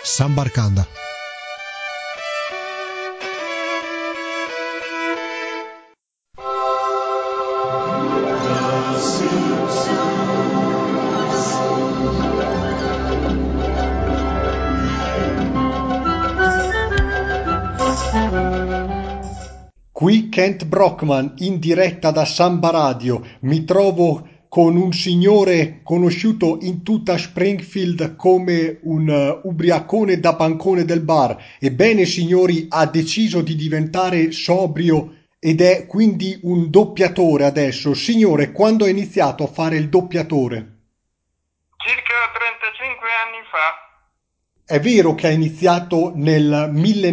Sambarcanda. Qui Kent Brockman in diretta da Samba Radio. Mi trovo con un signore conosciuto in tutta Springfield come un ubriacone da bancone del bar. Ebbene, signori, ha deciso di diventare sobrio ed è quindi un doppiatore adesso. Signore, quando ha iniziato a fare il doppiatore? Circa 35 anni fa. È vero che ha iniziato nel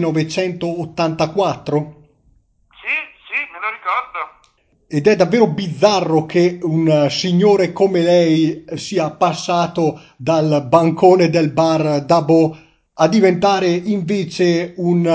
1984? Sì, me lo ricordo. Ed è davvero bizzarro che un signore come lei sia passato dal bancone del bar Dabo a diventare invece un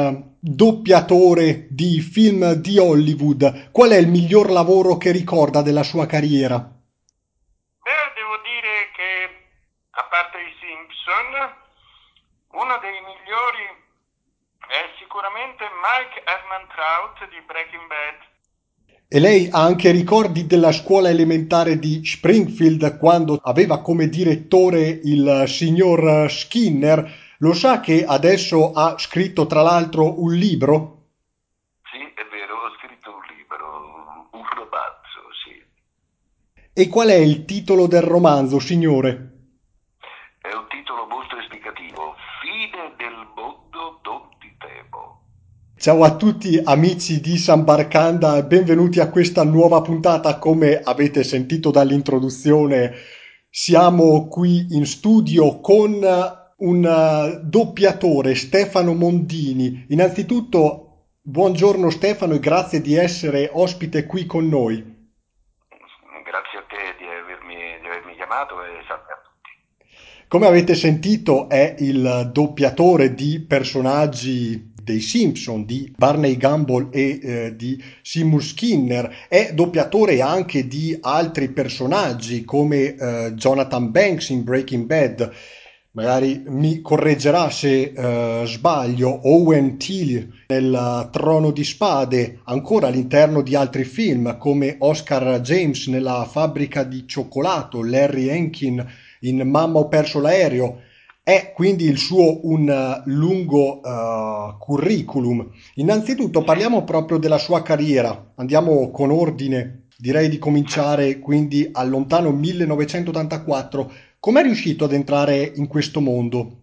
doppiatore di film di Hollywood. Qual è il miglior lavoro che ricorda della sua carriera? Beh, devo dire che, a parte i Simpson, uno dei migliori è sicuramente Mike Ehrmantraut di Breaking Bad. E lei ha anche ricordi della scuola elementare di Springfield quando aveva come direttore il signor Skinner. Lo sa che adesso ha scritto tra l'altro un libro? Sì, è vero, ho scritto un libro, un romanzo, sì. E qual è il titolo del romanzo, signore? È un titolo molto esplicativo, Fine del mondo non ti temo. Ciao a tutti amici di San Barcanda e benvenuti a questa nuova puntata. Come avete sentito dall'introduzione, siamo qui in studio con un doppiatore, Stefano Mondini. Innanzitutto, buongiorno Stefano e grazie di essere ospite qui con noi. Grazie a te di avermi chiamato e salve a tutti. Come avete sentito, è il doppiatore di personaggi dei Simpson, di Barney Gumble e di Seymour Skinner. È doppiatore anche di altri personaggi come Jonathan Banks in Breaking Bad. Magari mi correggerà se sbaglio. Owen Teale nel Trono di Spade, ancora all'interno di altri film come Oscar James nella Fabbrica di cioccolato, Larry Hankin in Mamma ho perso l'aereo. È quindi il suo un lungo curriculum. Innanzitutto parliamo proprio della sua carriera. Andiamo con ordine. Direi di cominciare quindi al lontano 1984. Com'è riuscito ad entrare in questo mondo?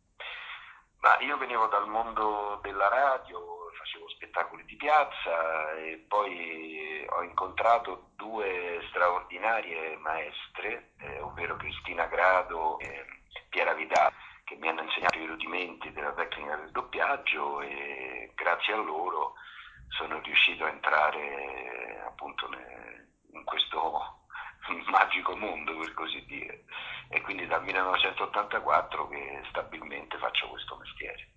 Ma io venivo dal mondo della radio, facevo spettacoli di piazza e poi ho incontrato due straordinarie maestre, ovvero Cristina Grado e Piera Vidal, che mi hanno insegnato i rudimenti della tecnica del doppiaggio e grazie a loro sono riuscito a entrare appunto in questo magico mondo, per così dire. E quindi dal 1984 che stabilmente faccio questo mestiere.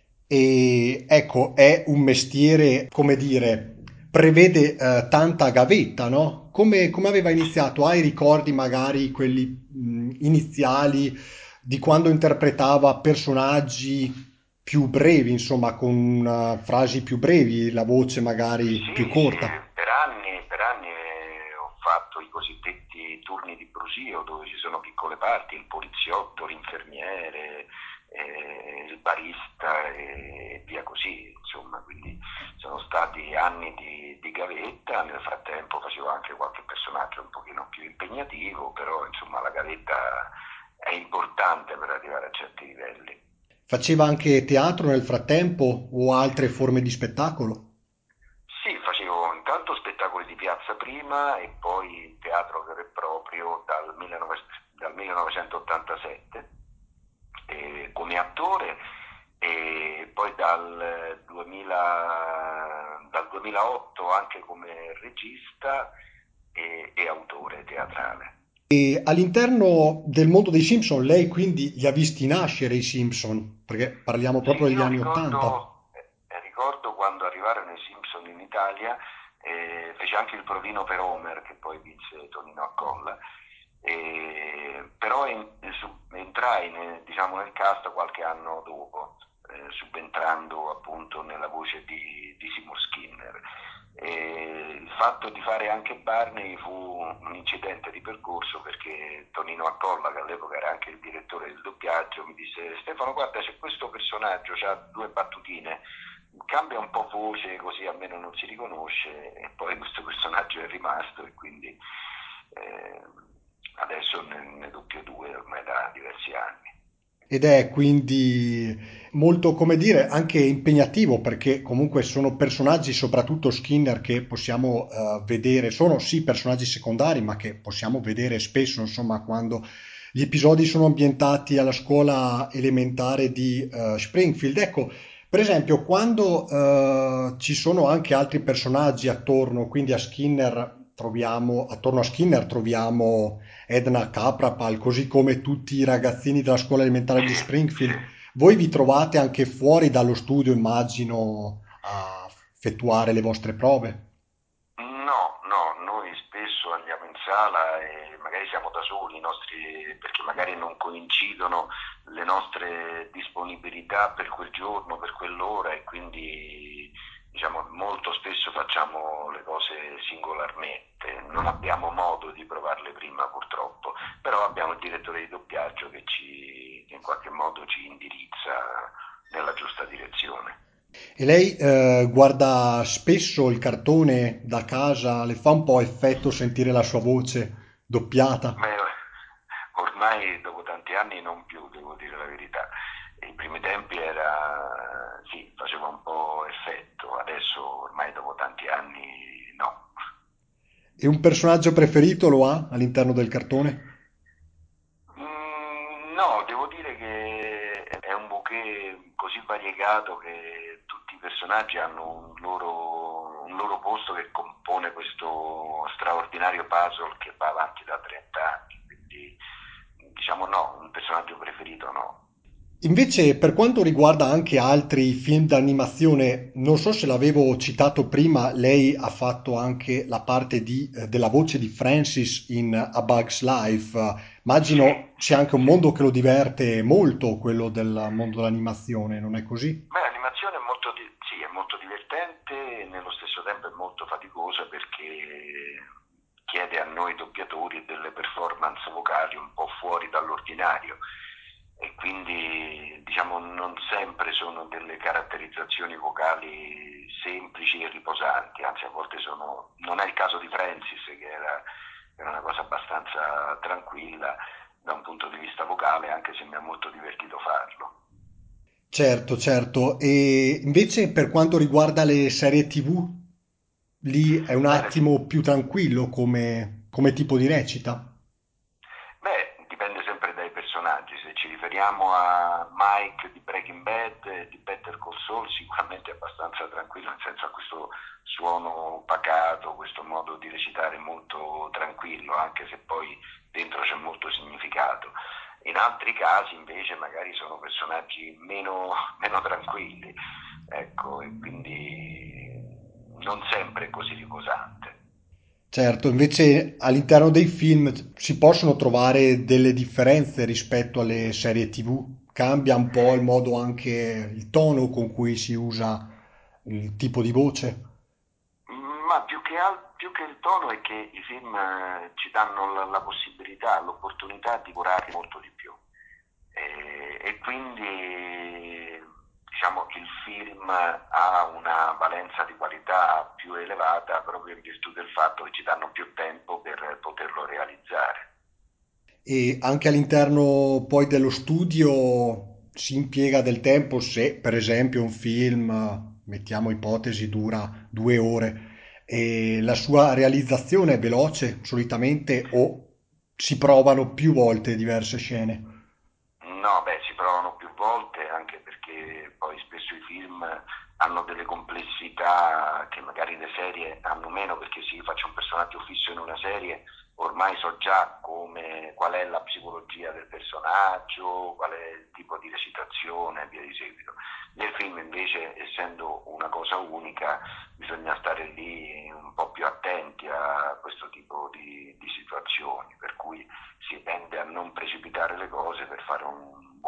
E ecco, è un mestiere, come dire, prevede tanta gavetta, no? Come aveva iniziato? Hai ricordi magari quelli iniziali di quando interpretava personaggi più brevi, insomma, con frasi più brevi, la voce magari più Sì, corta? per anni ho fatto i cosiddetti turni di brusio dove ci sono piccole parti, il poliziotto, l'infermiere, il barista e via così, insomma, quindi sono stati anni di gavetta, nel frattempo facevo anche qualche personaggio un pochino più impegnativo, però insomma la gavetta è importante per arrivare a certi livelli. Faceva anche teatro nel frattempo o altre forme di spettacolo? Sì, facevo intanto spettacoli di piazza prima e poi teatro vero e proprio dal 1987 come attore e poi dal 2008 anche come regista e autore teatrale. E all'interno del mondo dei Simpson, lei quindi li ha visti nascere i Simpson, perché parliamo Sì, proprio degli io anni Ottanta. ricordo quando arrivarono i Simpson in Italia, fece anche il provino per Homer, che poi vinse Tonino Accolla, però entrai diciamo nel cast qualche anno dopo, subentrando appunto nella voce di Seymour Skinner. E il fatto di fare anche Barney fu un incidente di percorso, perché Tonino Accolla, che all'epoca era anche il direttore del doppiaggio, mi disse: Stefano, guarda, c'è questo personaggio, ha due battutine, cambia un po' voce così almeno non si riconosce. E poi questo personaggio è rimasto, e quindi adesso ne doppio due ormai da diversi anni. Ed è quindi molto, come dire, anche impegnativo perché comunque sono personaggi, soprattutto Skinner, che possiamo vedere, sono sì personaggi secondari, ma che possiamo vedere spesso, insomma, quando gli episodi sono ambientati alla scuola elementare di Springfield. Ecco, per esempio, quando ci sono anche altri personaggi attorno, quindi a Skinner troviamo, attorno a Skinner troviamo Edna Caprapal, così come tutti i ragazzini della scuola elementare di Sì, sì. Springfield. Voi vi trovate anche fuori dallo studio, immagino, a effettuare le vostre prove? No, no, noi spesso andiamo in sala e magari siamo da soli, perché magari non coincidono le nostre disponibilità per quel giorno, per quell'ora, e quindi diciamo molto spesso facciamo le cose singolarmente, non abbiamo modo di provarle prima purtroppo, però abbiamo il direttore di doppiaggio che in qualche modo ci indirizza nella giusta direzione. E lei guarda spesso il cartone da casa, le fa un po' effetto sentire la sua voce doppiata? Beh, ormai dopo tanti anni non più, devo dire la verità. I primi tempi era, sì, faceva un po' effetto, adesso ormai dopo tanti anni no. E un personaggio preferito lo ha all'interno del cartone? No, devo dire che è un bouquet così variegato che tutti i personaggi hanno un loro posto che compone questo straordinario puzzle che va avanti da 30 anni, quindi diciamo no, un personaggio preferito no. Invece, per quanto riguarda anche altri film d'animazione, non so se l'avevo citato prima, lei ha fatto anche la parte della voce di Francis in A Bug's Life. Sì, Immagino sia sì, anche un sì. mondo che lo diverte molto, quello del mondo dell'animazione, non è così? Beh, l'animazione sì, è molto divertente e nello stesso tempo è molto faticosa, perché chiede a noi doppiatori delle performance vocali un po' fuori dall'ordinario, e quindi diciamo non sempre sono delle caratterizzazioni vocali semplici e riposanti, anzi a volte sono, non è il caso di Francis, era una cosa abbastanza tranquilla da un punto di vista vocale, anche se mi ha molto divertito farlo. Certo, certo. E invece per quanto riguarda le serie TV, lì è un Bene, attimo più tranquillo come tipo di recita. beh, dipende sempre dai personaggi. Se ci riferiamo a Mike di Breaking Bad e di Better Call Saul, sicuramente è abbastanza tranquillo, nel senso, ha questo suono pacato, questo modo di recitare molto tranquillo, anche se poi dentro c'è molto significato. In altri casi invece magari sono personaggi meno tranquilli, ecco, e quindi non sempre è così riposante. Certo, invece all'interno dei film si possono trovare delle differenze rispetto alle serie TV. Cambia un po' il modo anche il tono con cui si usa il tipo di voce. Ma più che il tono è che i film ci danno la possibilità, l'opportunità di curare molto di più. E quindi diciamo che il film ha una valenza di qualità più elevata proprio in virtù del fatto che ci danno più tempo per poterlo realizzare. E anche all'interno poi dello studio si impiega del tempo se, per esempio, un film, mettiamo ipotesi, dura 2 ore e la sua realizzazione è veloce solitamente o si provano più volte diverse scene. No, beh, si provano più volte, anche perché poi spesso i film hanno delle complessità che magari le serie hanno meno, perché se io faccio un personaggio fisso in una serie, ormai so già qual è la psicologia del personaggio, qual è il tipo di recitazione e via di seguito. Nel film invece, essendo una cosa unica, bisogna stare lì un po' più attenti a questo tipo di situazioni, per cui si tende a non precipitare le cose per fare un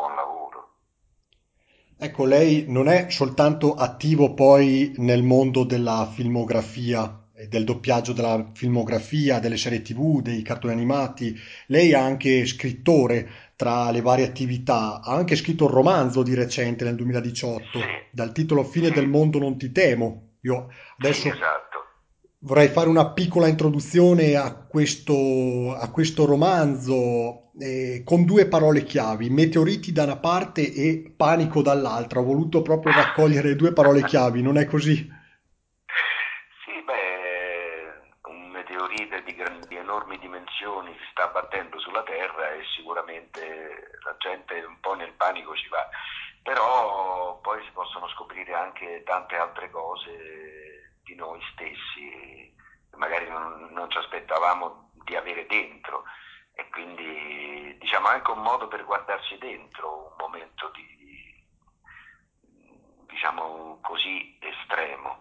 Ecco, lei non è soltanto attivo poi nel mondo della filmografia, del doppiaggio della filmografia, delle serie TV, dei cartoni animati, lei è anche scrittore tra le varie attività, ha anche scritto un romanzo di recente nel Sì, 2018 dal titolo Fine sì, del mondo non ti temo. Io sì, adesso esatto. vorrei fare una piccola introduzione a questo romanzo con due parole chiavi, meteoriti da una parte e panico dall'altra. Ho voluto proprio raccogliere due parole chiavi, non è così? Sì, beh, un meteorite di enormi dimensioni si sta abbattendo sulla Terra e sicuramente la gente un po' nel panico ci va, però poi si possono scoprire anche tante altre cose di noi stessi che magari non ci aspettavamo di avere dentro e quindi diciamo anche un modo per guardarsi dentro un momento di diciamo così estremo.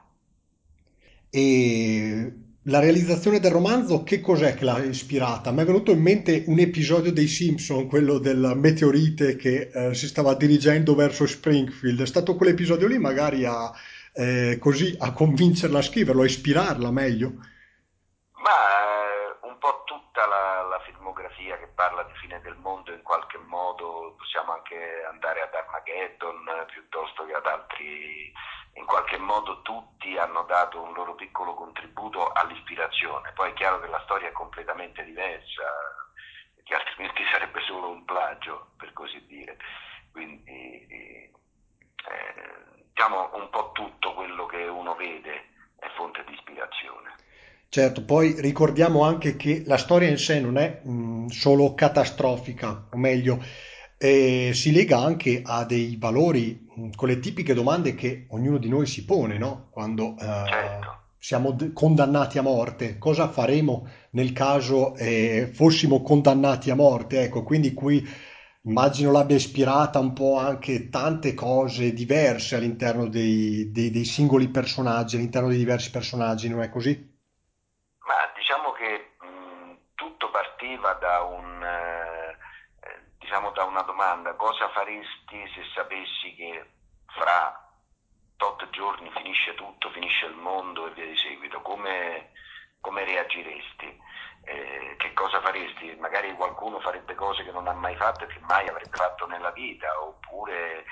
E la realizzazione del romanzo, che cos'è che l'ha ispirata? Mi è venuto in mente un episodio dei Simpson, quello del meteorite che si stava dirigendo verso Springfield. È stato quell'episodio lì magari così, a convincerla a scriverlo, a ispirarla meglio. Ma un po' tutta la filmografia che parla di fine del mondo in qualche modo, possiamo anche andare ad Armageddon piuttosto che ad altri, in qualche modo tutti hanno dato un loro piccolo contributo all'ispirazione. Poi è chiaro che la storia è completamente diversa, che altrimenti sarebbe solo un plagio, per così dire. Quindi diciamo un po' tutto quello che uno vede è fonte di ispirazione. Certo, poi ricordiamo anche che la storia in sé non è solo catastrofica, o meglio, si lega anche a dei valori, con le tipiche domande che ognuno di noi si pone, no? Quando Certo, siamo condannati a morte, cosa faremo nel caso fossimo condannati a morte? Ecco, quindi qui immagino l'abbia ispirata un po' anche tante cose diverse all'interno dei singoli personaggi, all'interno dei diversi personaggi, non è così? ma diciamo che tutto partiva da diciamo da una domanda: cosa faresti se sapessi che fra tot giorni finisce tutto, finisce il mondo e via di seguito? Come reagiresti? Che cosa faresti? Magari qualcuno farebbe cose che non ha mai fatto e che mai avrebbe fatto nella vita, oppure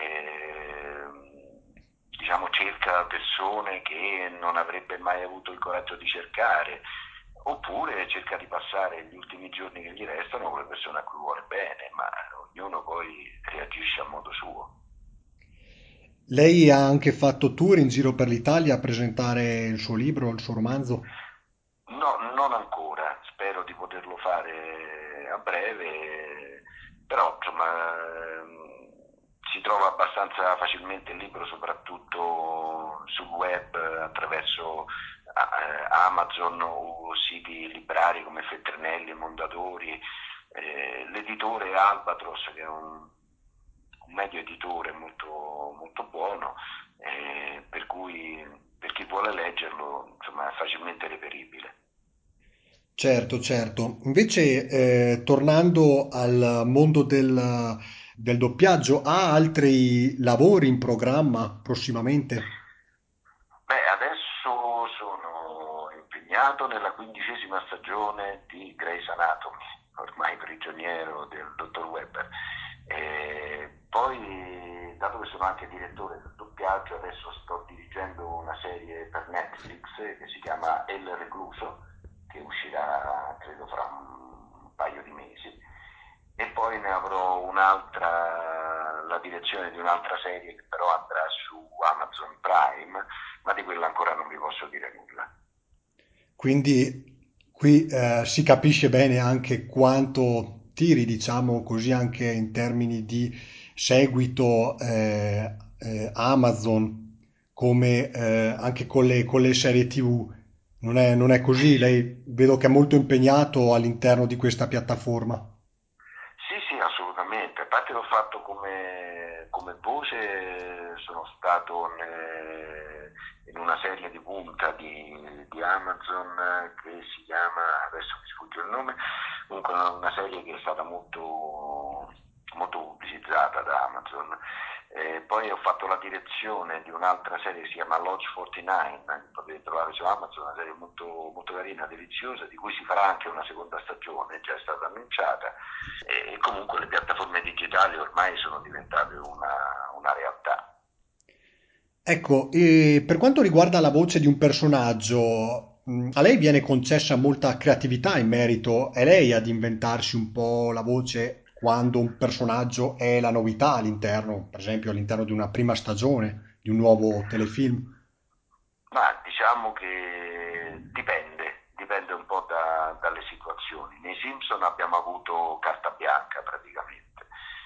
diciamo cerca persone che non avrebbe mai avuto il coraggio di cercare, oppure cerca di passare gli ultimi giorni che gli restano con le persone a cui vuole bene, ma ognuno poi reagisce a modo suo. Lei ha anche fatto tour in giro per l'Italia a presentare il suo libro, il suo romanzo? No, non ancora, spero di poterlo fare a breve, però insomma si trova abbastanza facilmente il libro, soprattutto sul web attraverso Amazon o siti librari come Feltrinelli, Mondadori, l'editore Albatros che è un medio editore molto, molto buono, per cui per chi vuole leggerlo insomma, è facilmente reperibile. Certo, certo. Invece, tornando al mondo del doppiaggio, ha altri lavori in programma prossimamente? Beh, adesso sono impegnato nella 15ª stagione di Grey's Anatomy, ormai prigioniero del dottor Webber. E poi, dato che sono anche direttore del doppiaggio, adesso sto dirigendo una serie per Netflix che si chiama El Recluso, che uscirà credo fra un paio di mesi. E poi ne avrò un'altra, la direzione di un'altra serie che però andrà su Amazon Prime, ma di quella ancora non vi posso dire nulla. Quindi qui si capisce bene anche quanto tiri, diciamo così, anche in termini di seguito Amazon, come anche con le serie TV. Non è così? Lei vedo che è molto impegnato all'interno di questa piattaforma. Sì, sì, assolutamente. A parte che ho fatto come voce, sono stato in una serie di punta di Amazon che si chiama, adesso mi sfugge il nome, comunque una serie che è stata molto, molto pubblicizzata da Amazon. Poi ho fatto la direzione di un'altra serie che si chiama Lodge 49, che potete trovare su Amazon, una serie molto, molto carina, deliziosa, di cui si farà anche una seconda stagione, già è stata annunciata, e comunque le piattaforme digitali ormai sono diventate una realtà. Ecco, e per quanto riguarda la voce di un personaggio, a lei viene concessa molta creatività in merito, è lei ad inventarsi un po' la voce quando un personaggio è la novità all'interno, per esempio all'interno di una prima stagione, di un nuovo telefilm. Ma diciamo che dipende un po' dalle situazioni. Nei Simpson abbiamo avuto carta bianca praticamente,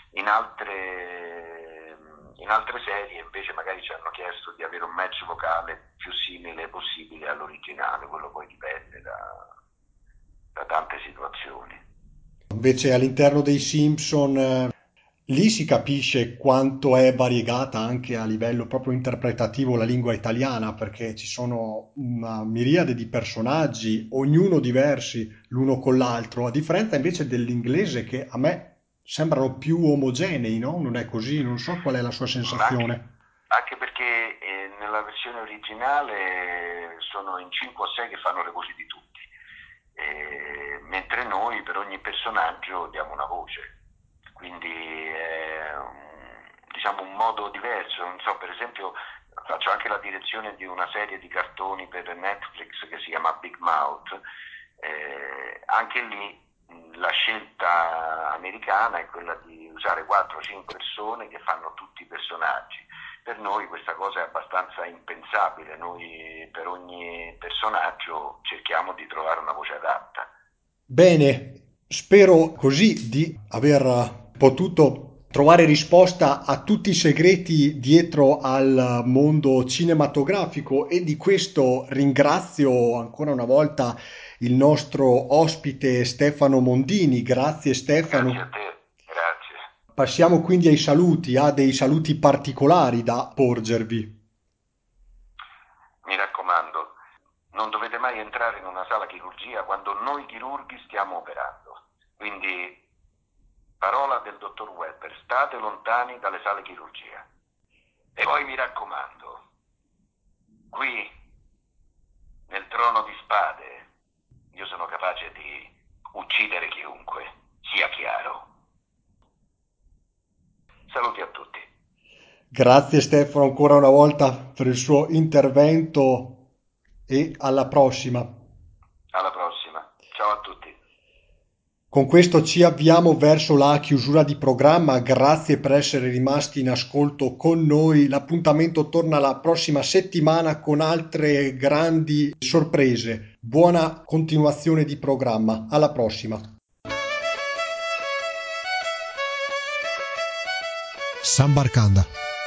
in altre serie invece magari ci hanno chiesto di avere un match vocale più simile possibile all'originale, quello poi dipende da tante situazioni. Invece all'interno dei Simpson, lì si capisce quanto è variegata anche a livello proprio interpretativo la lingua italiana, perché ci sono una miriade di personaggi, ognuno diversi l'uno con l'altro, a differenza invece dell'inglese che a me sembrano più omogenei, no? Non è così, non so qual è la sua Ma sensazione. anche perché nella versione originale sono in 5 o 6 che fanno le voci di tutti, mentre noi per ogni personaggio diamo una voce, quindi è diciamo un modo diverso. Non so, per esempio faccio anche la direzione di una serie di cartoni per Netflix che si chiama Big Mouth, anche lì la scelta americana è quella di usare 4-5 persone che fanno tutti i personaggi. Per noi questa cosa è abbastanza impensabile, noi per ogni personaggio cerchiamo di trovare una voce adatta. Bene, spero così di aver potuto trovare risposta a tutti i segreti dietro al mondo cinematografico e di questo ringrazio ancora una volta il nostro ospite Stefano Mondini. Grazie Grazie a Stefano. te, grazie. Passiamo quindi ai saluti, ha dei saluti particolari da porgervi. Mi raccomando, non dovete mai entrare in una sala chirurgia quando noi chirurghi stiamo operando. Quindi, parola del dottor Webber, state lontani dalle sale chirurgia. E poi mi raccomando, qui, nel trono di spade, io sono capace di uccidere chiunque, sia chiaro. Saluti a tutti. Grazie Stefano ancora una volta per il suo intervento e alla prossima. Alla prossima. Ciao a tutti. Con questo ci avviamo verso la chiusura di programma. Grazie per essere rimasti in ascolto con noi. L'appuntamento torna la prossima settimana con altre grandi sorprese. Buona continuazione di programma. Alla prossima. Sambarcanda.